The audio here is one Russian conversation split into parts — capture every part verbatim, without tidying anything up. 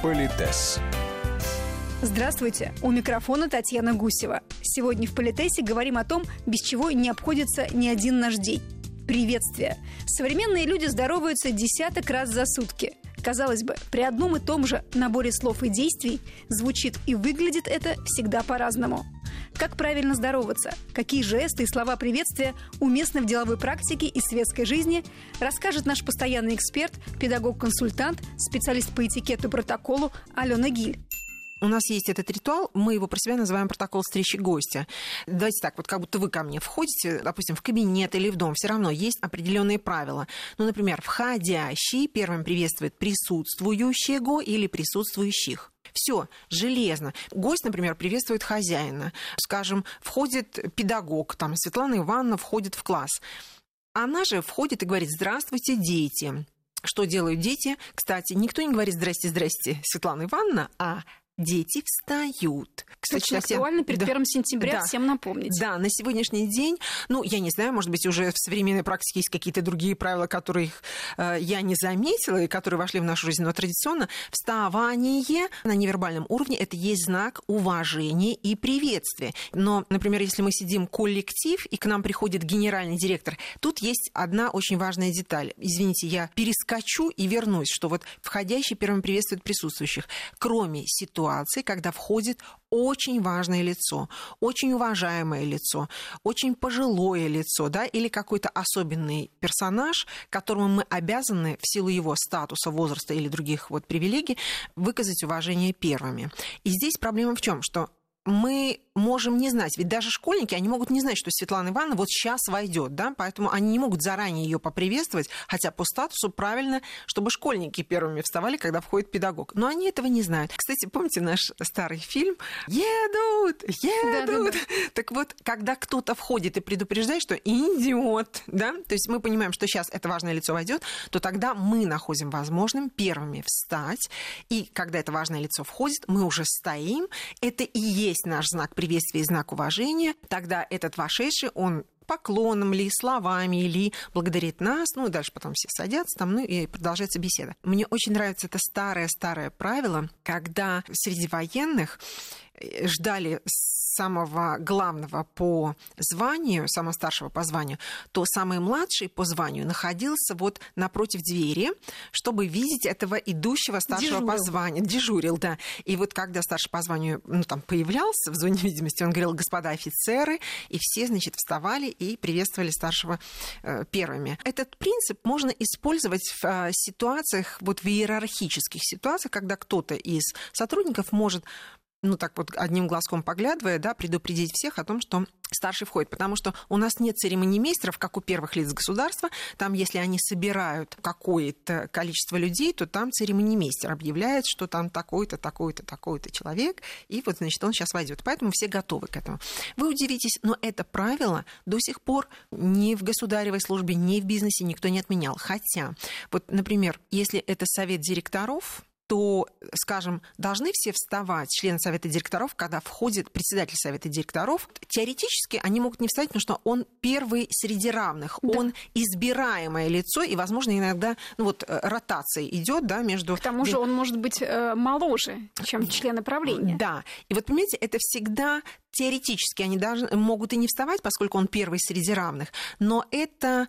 Политес. Здравствуйте, у микрофона Татьяна Гусева. Сегодня в Политесе говорим о том, без чего не обходится ни один наш день. Приветствие. Современные люди здороваются десяток раз за сутки. Казалось бы, при одном и том же наборе слов и действий звучит и выглядит это всегда по-разному. Как правильно здороваться? Какие жесты и слова приветствия уместны в деловой практике и светской жизни, расскажет наш постоянный эксперт, педагог-консультант, специалист по этикету и протоколу Алена Гиль. У нас есть этот ритуал, мы его про себя называем протокол встречи гостя. Давайте так, вот как будто вы ко мне входите, допустим, в кабинет или в дом, все равно есть определенные правила. Ну, например, входящий первым приветствует присутствующего или присутствующих. Все, железно. Гость, например, приветствует хозяина. Скажем, входит педагог, там, Светлана Ивановна входит в класс. Она же входит и говорит: «Здравствуйте, дети». Что делают дети? Кстати, никто не говорит «Здрасте, здрасте, Светлана Ивановна», а дети встают. Кстати, очень актуально перед да, первым сентября да, всем напомнить. Да, на сегодняшний день, ну, я не знаю, может быть, уже в современной практике есть какие-то другие правила, которые э, я не заметила и которые вошли в нашу жизнь, но традиционно вставание на невербальном уровне – это есть знак уважения и приветствия. Но, например, если мы сидим коллектив, и к нам приходит генеральный директор, тут есть одна очень важная деталь. Извините, я перескочу и вернусь, что вот входящий первым приветствует присутствующих, кроме ситуации, когда входит очень важное лицо, очень уважаемое лицо, очень пожилое лицо, да, или какой-то особенный персонаж, которому мы обязаны в силу его статуса, возраста или других вот привилегий выказать уважение первыми. И здесь проблема в чем? Что мы можем не знать, ведь даже школьники, они могут не знать, что Светлана Ивановна вот сейчас войдет, да, поэтому они не могут заранее ее поприветствовать, хотя по статусу правильно, чтобы школьники первыми вставали, когда входит педагог. Но они этого не знают. Кстати, помните наш старый фильм «Едут, едут». Да, да, да. Так вот, когда кто-то входит и предупреждает, что идет, да, то есть мы понимаем, что сейчас это важное лицо войдет, то тогда мы находим возможным первыми встать, и когда это важное лицо входит, мы уже стоим, это и есть наш знак приветствия и знак уважения, тогда этот вошедший, он поклоном ли, словами ли благодарит нас, ну и дальше потом все садятся там, ну и продолжается беседа. Мне очень нравится это старое-старое правило, когда среди военных ждали самого главного по званию, самого старшего по званию, то самый младший по званию находился вот напротив двери, чтобы видеть этого идущего старшего дежурил. по званию. Дежурил, да. И вот когда старший по званию, ну, там, появлялся в зоне видимости, он говорил: «Господа офицеры», и все, значит, вставали и приветствовали старшего э, первыми. Этот принцип можно использовать в э, ситуациях, вот в иерархических ситуациях, когда кто-то из сотрудников может, ну, так вот, одним глазком поглядывая, да, предупредить всех о том, что старший входит. Потому что у нас нет церемонимейстеров, как у первых лиц государства. Там, если они собирают какое-то количество людей, то там церемонимейстер объявляет, что там такой-то, такой-то, такой-то человек, и вот, значит, он сейчас войдет. Поэтому все готовы к этому. Вы удивитесь, но это правило до сих пор ни в государевой службе, ни в бизнесе никто не отменял. Хотя, вот, например, если это совет директоров, то, скажем, должны все вставать, члены совета директоров, когда входит председатель совета директоров. Теоретически они могут не встать, потому что он первый среди равных. Да. Он избираемое лицо, и, возможно, иногда, ну вот, ротация идет, да, между... К тому же он может быть моложе, чем члены правления. Да. И вот, понимаете, это всегда... Теоретически они даже могут и не вставать, поскольку он первый среди равных. Но это...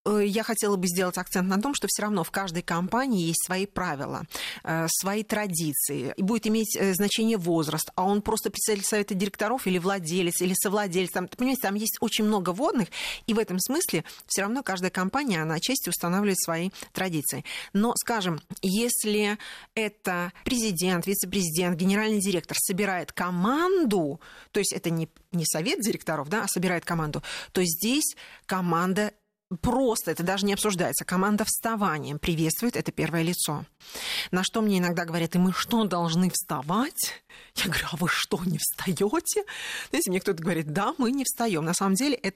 Я хотела бы сделать акцент на том, что все равно в каждой компании есть свои правила, свои традиции, и будет иметь значение возраст, а он просто председатель совета директоров или владелец, или совладелец. Там, понимаете, там есть очень много вводных, и в этом смысле все равно каждая компания, она отчасти устанавливает свои традиции. Но, скажем, если это президент, вице-президент, генеральный директор собирает команду, то есть это не, не совет директоров, да, а собирает команду, то здесь команда просто, это даже не обсуждается. Команда вставанием приветствует это первое лицо. На что мне иногда говорят: и мы что, должны вставать? Я говорю: а вы что, не встаете? Знаете, мне кто-то говорит: да, мы не встаем. На самом деле это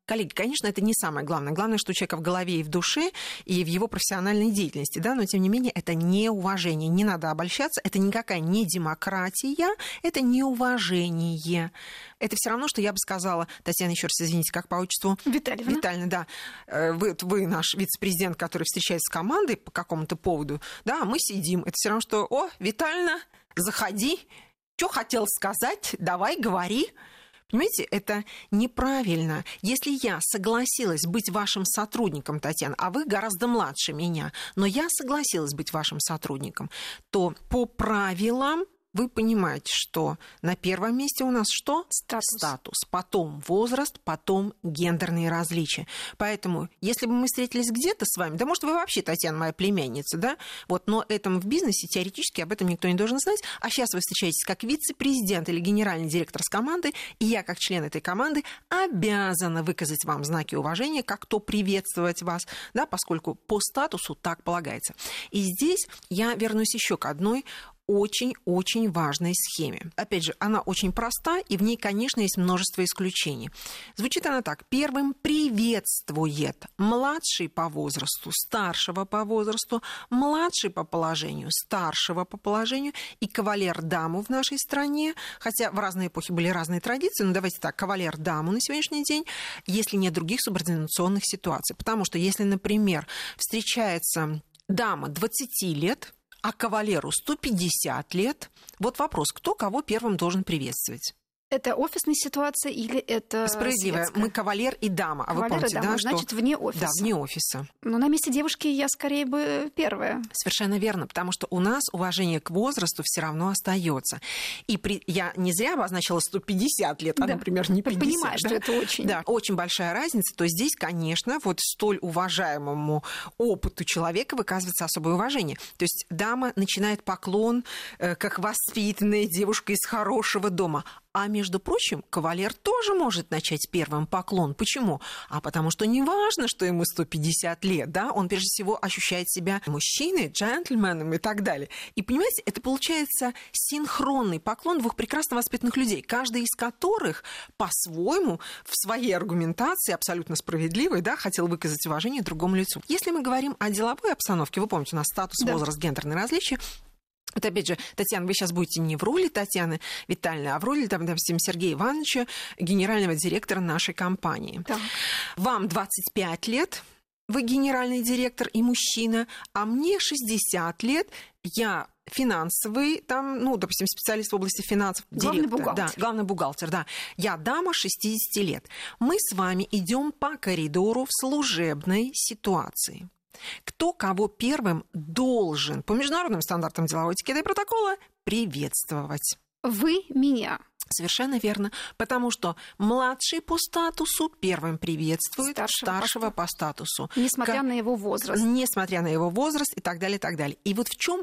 Коллеги, конечно, это не самое главное. Главное, что у человека в голове и в душе, и в его профессиональной деятельности, да, но, тем не менее, это неуважение. Не надо обольщаться, это никакая не демократия, это неуважение. Это все равно, что я бы сказала, Татьяна, еще раз извините, как по отчеству? Витальевна. Витальевна, да. Вы, вы наш вице-президент, который встречается с командой по какому-то поводу, да, мы сидим. Это все равно, что, о, Витальевна, заходи, что хотел сказать, давай, говори. Понимаете, это неправильно. Если я согласилась быть вашим сотрудником, Татьяна, а вы гораздо младше меня, но я согласилась быть вашим сотрудником, то по правилам вы понимаете, что на первом месте у нас что? Статус. Статус. Потом возраст, потом гендерные различия. Поэтому, если бы мы встретились где-то с вами, да, может, вы вообще, Татьяна, моя племянница, да, вот, но это в бизнесе теоретически об этом никто не должен знать, а сейчас вы встречаетесь как вице-президент или генеральный директор с командой, и я, как член этой команды, обязана выказать вам знаки уважения, как то приветствовать вас, да, поскольку по статусу так полагается. И здесь я вернусь еще к одной очень-очень важной схеме. Опять же, она очень проста, и в ней, конечно, есть множество исключений. Звучит она так. Первым приветствует младший по возрасту, старшего по возрасту, младший по положению, старшего по положению и кавалер-даму в нашей стране. Хотя в разные эпохи были разные традиции, но давайте так, кавалер-даму на сегодняшний день, если нет других субординационных ситуаций. Потому что если, например, встречается дама двадцати лет, а кавалеру сто пятьдесят лет. Вот вопрос, кто кого первым должен приветствовать? Это офисная ситуация или это справедливая. светская? Мы кавалер и дама. А Кавалер вы помните, и дама, да, значит, что... вне офиса. Да, вне офиса. Но на месте девушки я скорее бы первая. Совершенно верно, потому что у нас уважение к возрасту все равно остается. И при... я не зря обозначила сто пятьдесят лет, а, да. например, не пятьдесят. Понимаю, да? что это очень... Да, очень большая разница. То есть здесь, конечно, вот столь уважаемому опыту человека выказывается особое уважение. То есть дама начинает поклон, э, как воспитанная девушка из хорошего дома. А, между прочим, кавалер тоже может начать первым поклон. Почему? А потому что не важно, что ему сто пятьдесят лет, да, он прежде всего ощущает себя мужчиной, джентльменом и так далее. И, понимаете, это получается синхронный поклон двух прекрасно воспитанных людей, каждый из которых по-своему в своей аргументации абсолютно справедливой, да, хотел выказать уважение другому лицу. Если мы говорим о деловой обстановке, вы помните, у нас статус, да. возраст, гендерные различия. Вот опять же, Татьяна, вы сейчас будете не в роли Татьяны Витальевны, а в роли, там, допустим, Сергея Ивановича, генерального директора нашей компании. Так. Вам двадцать пять лет, вы генеральный директор и мужчина, а мне шестьдесят лет, я финансовый, там, ну, допустим, специалист в области финансов, главный директор, бухгалтер. Да, главный бухгалтер, да. Я дама шестидесяти лет. Мы с вами идем по коридору в служебной ситуации. Кто кого первым должен по международным стандартам деловой этикета и протокола приветствовать? Вы меня. Совершенно верно, потому что младший по статусу первым приветствует старшего, старшего по статусу. Несмотря как... на его возраст. Несмотря на его возраст и так далее, и так далее. И вот в чем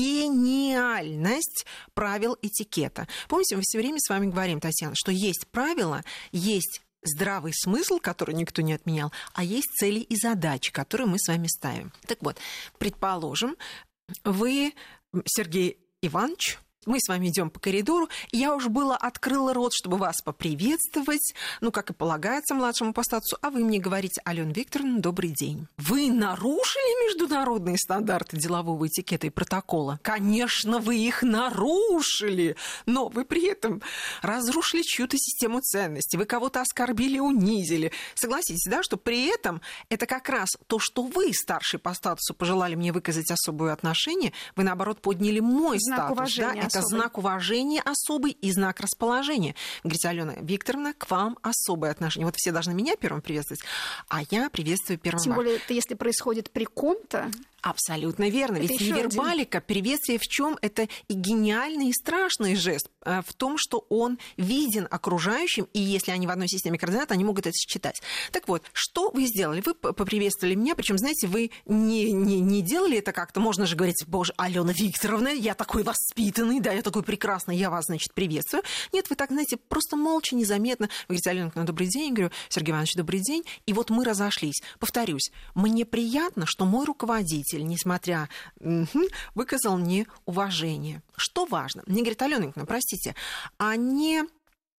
гениальность правил этикета. Помните, мы все время с вами говорим, Татьяна, что есть правила, есть здравый смысл, который никто не отменял, а есть цели и задачи, которые мы с вами ставим. Так вот, предположим, вы, Сергей Иванович, мы с вами идем по коридору, и я уже было открыла рот, чтобы вас поприветствовать, ну, как и полагается младшему по статусу, а вы мне говорите: Алена Викторовна, добрый день. Вы нарушили международные стандарты делового этикета и протокола? Конечно, вы их нарушили, но вы при этом разрушили чью-то систему ценностей, вы кого-то оскорбили, унизили. Согласитесь, да, что при этом это как раз то, что вы, старший по статусу, пожелали мне выказать особое отношение, вы, наоборот, подняли мой знак статус. Уважения. Да, это особый. Знак уважения особый и знак расположения. Говорите: Алена Викторовна, к вам особое отношение. Вот все должны меня первым приветствовать, а я приветствую первым. Тем более, это если происходит при ком-то. Абсолютно верно. Это Ведь невербалика, один... приветствие в чем? Это и гениальный, и страшный жест в том, что он виден окружающим, и если они в одной системе координат, они могут это считать. Так вот, что вы сделали? Вы поприветствовали меня, причем, знаете, вы не, не, не делали это как-то, можно же говорить: боже, Алена Викторовна, я такой воспитанный, да, я такой прекрасный, я вас, значит, приветствую. Нет, вы так, знаете, просто молча, незаметно. Вы говорите: Алена, ну, добрый день. Я говорю: Сергей Иванович, добрый день. И вот мы разошлись. Повторюсь, мне приятно, что мой руководитель, несмотря, выказал мне уважение. Что важно? Мне говорит: Алена Викторовна, простите, а не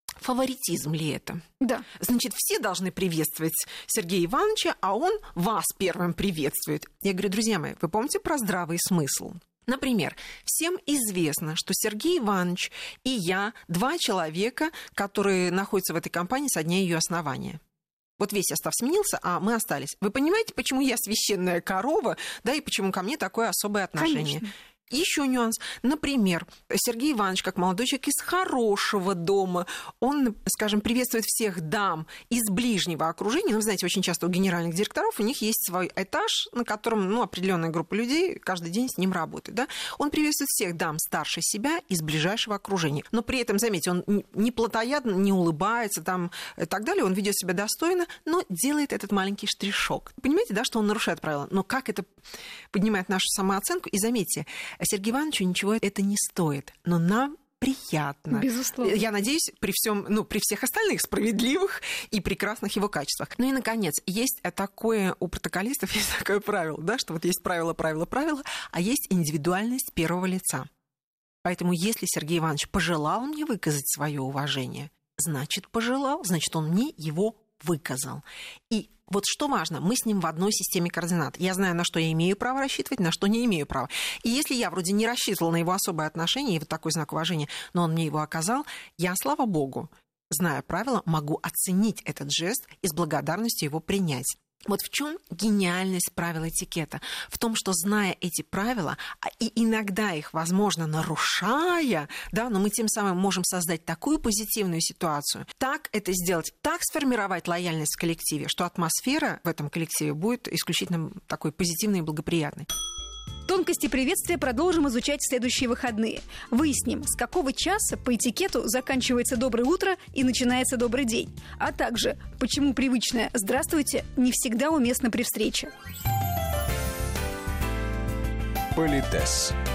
Фаворитизм ли это? Да. Значит, все должны приветствовать Сергея Ивановича, а он вас первым приветствует. Я говорю, друзья мои, вы помните про здравый смысл? Например, всем известно, что Сергей Иванович и я два человека, которые находятся в этой компании со дня ее основания. Вот весь состав сменился, а мы остались. Вы понимаете, почему я священная корова, да, и почему ко мне такое особое отношение? Конечно. Еще нюанс. Например, Сергей Иванович, как молодой человек из хорошего дома, он, скажем, приветствует всех дам из ближнего окружения. Ну, вы знаете, очень часто у генеральных директоров у них есть свой этаж, на котором, ну, определенная группа людей каждый день с ним работает, да? Он приветствует всех дам старше себя из ближайшего окружения. Но при этом, заметьте, он не плотоядно, не улыбается там и так далее, он ведет себя достойно, но делает этот маленький штришок. Понимаете, да, что он нарушает правила? Но как это поднимает нашу самооценку? И заметьте, Сергею Ивановичу ничего это не стоит, но нам приятно. Безусловно. Я надеюсь, при всем, ну, при всех остальных справедливых и прекрасных его качествах. Ну и, наконец, есть такое, у протоколистов есть такое правило, да, что вот есть правило, правило, правило, а есть индивидуальность первого лица. Поэтому если Сергей Иванович пожелал мне выказать свое уважение, значит, пожелал, значит, он мне его выказал. И вот что важно, мы с ним в одной системе координат. Я знаю, на что я имею право рассчитывать, на что не имею права. И если я вроде не рассчитывала на его особое отношение и вот такой знак уважения, но он мне его оказал, я, слава богу, зная правила, могу оценить этот жест и с благодарностью его принять. Вот в чем гениальность правил этикета? В том, что, зная эти правила, и иногда их, возможно, нарушая, да, но мы тем самым можем создать такую позитивную ситуацию, так это сделать, так сформировать лояльность в коллективе, что атмосфера в этом коллективе будет исключительно такой позитивной и благоприятной. Тонкости приветствия продолжим изучать в следующие выходные. Выясним, с какого часа по этикету заканчивается «доброе утро» и начинается «добрый день», а также, почему привычное «здравствуйте» не всегда уместно при встрече. Политес.